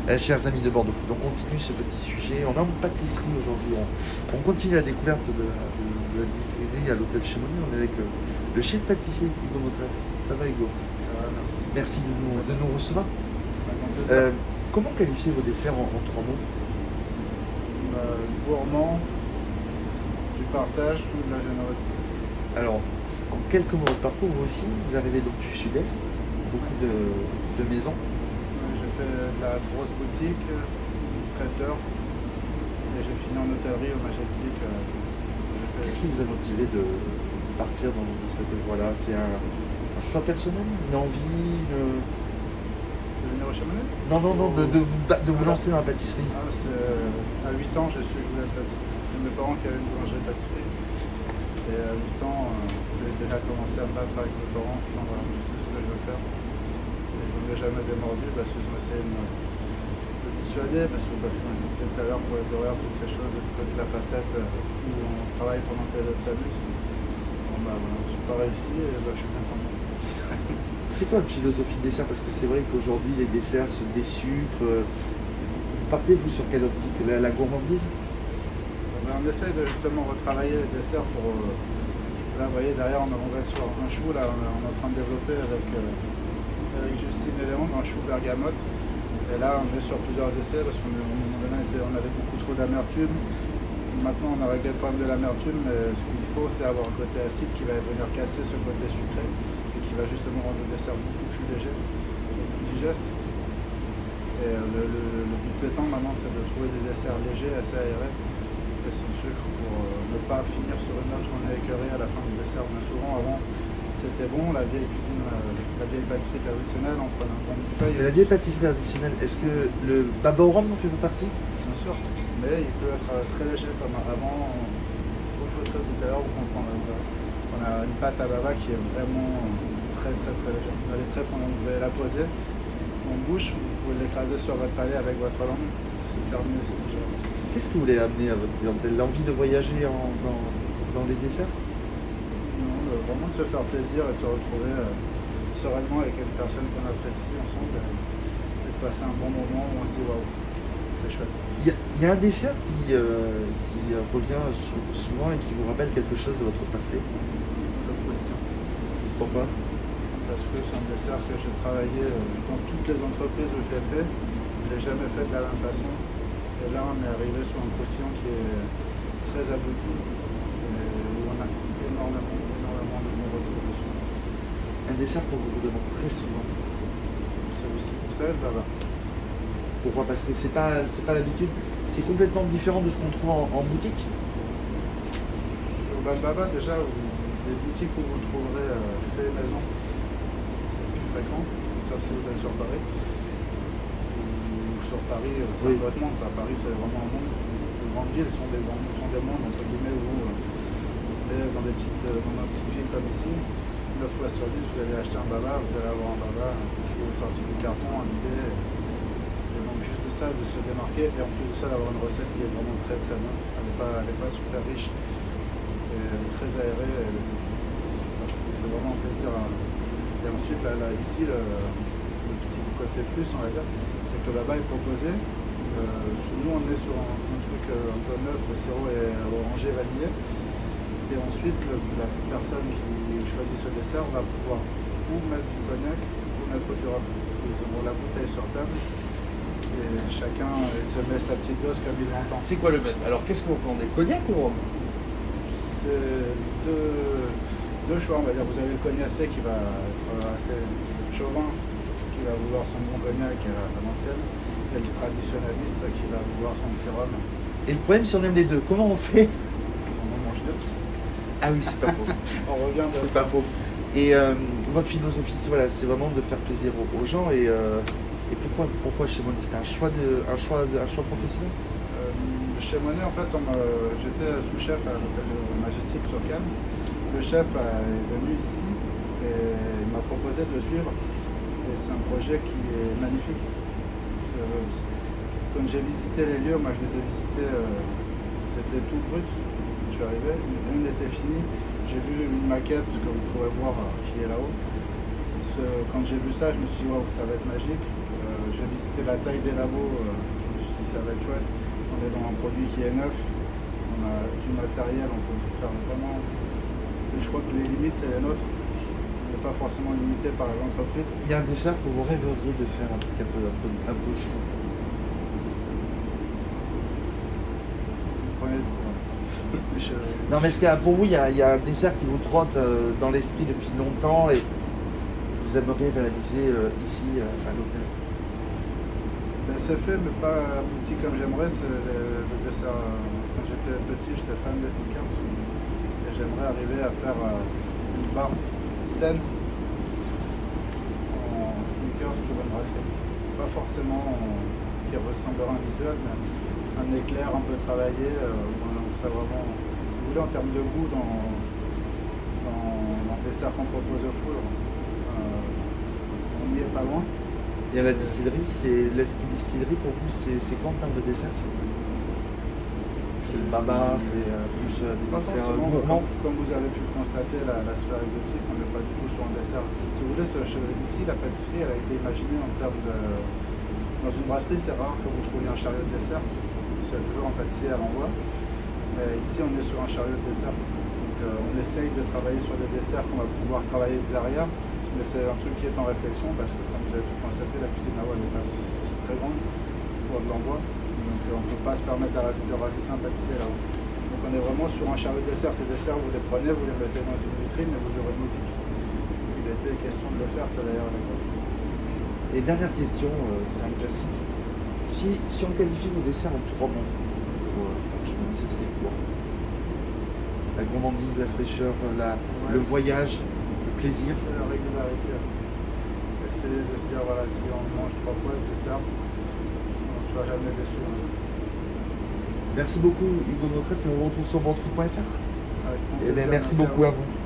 Chers amis de Bordeaux Food, on continue ce petit sujet. On est en pâtisserie aujourd'hui. On continue la découverte de la distillerie à l'hôtel Chamonix. On est avec le chef pâtissier Hugo Motret. Ça va Hugo? Ça va, merci. Merci de nous recevoir. C'est un grand plaisir. Comment qualifier vos desserts en 3 mots? Gourmand, du partage ou de la générosité. Alors, en quelques mots de parcours, vous aussi, vous arrivez donc du sud-est, beaucoup de maisons. J'ai fait de la grosse boutique, du traiteur, et j'ai fini en hôtellerie au Majestic. Qu'est-ce qui vous a motivé de partir dans cette voie-là? C'est un choix personnel, une envie De venir au Chamonix? Non, de vous lancer dans la pâtisserie. À 8 ans, je voulais être pâtissier. C'est mes parents qui avaient une boulangerie-pâtisserie. Et à 8 ans, j'ai déjà commencé à me battre avec mes parents en disant voilà, je sais ce que je veux faire. Et je n'en ai jamais démordu parce que je vais essayer de me dissuader. Parce que je disais tout à l'heure pour les horaires, toutes ces choses, du côté de la facette où on travaille pendant que les autres s'amusent. Bon, voilà, je n'ai pas réussi et je suis bien content. C'est quoi la philosophie de dessert? Parce que c'est vrai qu'aujourd'hui les desserts se désucrent. Vous partez vous sur quelle optique? La gourmandise? On essaye de justement retravailler les desserts pour... là, vous voyez, derrière, on va être sur un chou. Là, on est en train de développer avec Justine et Léon un chou bergamote. Et là, on est sur plusieurs essais parce qu'à un moment donné, on avait beaucoup trop d'amertume. Maintenant, on a réglé le problème de l'amertume, mais ce qu'il faut, c'est avoir un côté acide qui va venir casser ce côté sucré et qui va justement rendre le dessert beaucoup plus léger et plus digeste. Et le but des temps, maintenant, c'est de trouver des desserts légers, assez aérés, sans sucre pour ne pas finir sur une note où on est écœuré à la fin du dessert. Mais souvent avant c'était bon, la vieille cuisine, la vieille pâtisserie traditionnelle, on prenait un bon millefeuille. La vieille pâtisserie traditionnelle, est-ce que le baba au rhum en fait partie? Bien sûr, mais il peut être très léger comme avant, vous le tout à l'heure, on a une pâte à baba qui est vraiment très légère. Elle est très fondante, vous allez la poser en bouche, vous pouvez l'écraser sur votre palais avec votre langue, c'est terminé, c'est déjà. Qu'est-ce que vous voulez amener à votre clientèle? L'envie de voyager dans les desserts? Non, vraiment de se faire plaisir et de se retrouver sereinement avec une personne qu'on apprécie ensemble et de passer un bon moment où on se dit waouh, c'est chouette. Il y a un dessert qui revient souvent et qui vous rappelle quelque chose de votre passé. Le croustillant. Pourquoi? Parce que c'est un dessert que j'ai travaillé dans toutes les entreprises où je l'ai fait. Je ne l'ai jamais fait de la même façon. Et là, on est arrivé sur un croustillant qui est très abouti, où on a énormément de bons retours dessus. Un dessert qu'on vous demande très souvent. Celui-ci, vous savez, le baba. Pourquoi? Parce que c'est pas l'habitude. C'est complètement différent de ce qu'on trouve en boutique. Sur le baba, déjà, les boutiques où vous le trouverez fait maison, c'est plus fréquent, sauf si vous êtes sur Paris. Sur Paris, c'est un autre monde. À Paris, c'est vraiment un monde. Les grandes villes sont des mondes, entre guillemets, où dans nos petites villes comme ici, 9 fois sur 10, vous allez acheter un baba, vous allez avoir un baba qui est sorti du carton, imbibé. Et donc, juste de ça, de se démarquer, et en plus de ça, d'avoir une recette qui est vraiment très bonne. Elle n'est pas super riche, et elle est très aérée, c'est vraiment un plaisir. Et ensuite, là ici, le petit côté plus, on va dire, c'est que le baba est proposé. Nous, on est sur un truc un peu neutre, au sirop et orangé vanillé. Et ensuite, la personne qui choisit ce dessert va pouvoir ou mettre du cognac ou mettre du rhum. Ils auront la bouteille sur table et chacun se met sa petite dose comme il l'entend. C'est quoi le best? Alors, qu'est-ce que vous prenez? Cognac ou rhum? C'est deux choix, on va dire. Vous avez le cognacé qui va être assez chauvin, qui va vouloir son bon cognac à l'ancienne, et le traditionnaliste qui va vouloir son petit rhum. Et le problème, si on aime les deux, comment on fait? On en mange deux. Ah oui, c'est pas faux. On revient de... C'est pas faux. Et votre philosophie, c'est vraiment de faire plaisir aux gens. Et pourquoi chez Monet? C'était un choix professionnel? Chez Monet, en fait, j'étais sous-chef à l'hôtel Majestic sur Cannes. Le chef est venu ici et il m'a proposé de le suivre. Et c'est un projet qui est magnifique. Quand j'ai visité les lieux, moi je les ai visités, c'était tout brut. Je suis arrivé, rien n'était fini. J'ai vu une maquette que vous pourrez voir qui est là-haut. Quand j'ai vu ça, je me suis dit waouh, ça va être magique. j'ai visité la taille des labos, je me suis dit ça va être chouette. On est dans un produit qui est neuf, on a du matériel, on peut faire vraiment. Et je crois que les limites c'est les nôtres. On n'est pas forcément limité par l'entreprise. Il y a un dessert que vous rêveriez de faire un truc un peu fou. Prenez. Non, mais est-ce qu'il y a, pour vous, il y a un dessert qui vous trotte dans l'esprit depuis longtemps et que vous aimeriez réaliser ici à l'hôtel? Ben, c'est fait, mais pas petit comme j'aimerais. C'est le dessert. Quand j'étais petit, j'étais fan des sneakers. Et j'aimerais arriver à faire une barre saine en sneakers pour une brasserie. Pas forcément qui ressemblera à un visuel, mais un éclair un peu travaillé. On serait vraiment, si vous voulez, en termes de goût dans le dessert qu'on propose au four, on n'y est pas loin. Il y a la distillerie, c'est l'esprit distillerie pour vous, c'est quoi en termes de dessert? C'est le baba, c'est plus des Pas desserts forcément, gourmands. comme vous avez pu le constater, la sphère exotique, on n'est pas du tout sur un dessert. Si vous voulez, ici, la pâtisserie, elle a été imaginée en termes de. Dans une brasserie, c'est rare que vous trouviez un chariot de dessert. C'est toujours un pâtissier à l'envoi. Ici, on est sur un chariot de dessert. Donc, on essaye de travailler sur des desserts qu'on va pouvoir travailler derrière. Mais c'est un truc qui est en réflexion parce que, comme vous avez pu le constater, la cuisine là-haut n'est pas très grande pour de l'envoi. Donc, on ne peut pas se permettre de rajouter un pâtissier là-haut. Donc, on est vraiment sur un chariot de dessert. Ces desserts, vous les prenez, vous les mettez dans une vitrine et vous aurez une boutique. Il a été question de le faire, ça d'ailleurs à l'époque. Et dernière question, c'est un classique. Si on qualifie vos desserts en 3 mots, je me dis, ce serait quoi? La gourmandise, la fraîcheur, le voyage, le plaisir. Et la régularité. Essayer de se dire, voilà, si on mange 3 fois ce dessert, on ne soit jamais déçu. Merci beaucoup Hugo Notre, on vous retrouve sur ventofood.fr. Avec Et plaisir, merci beaucoup à vous.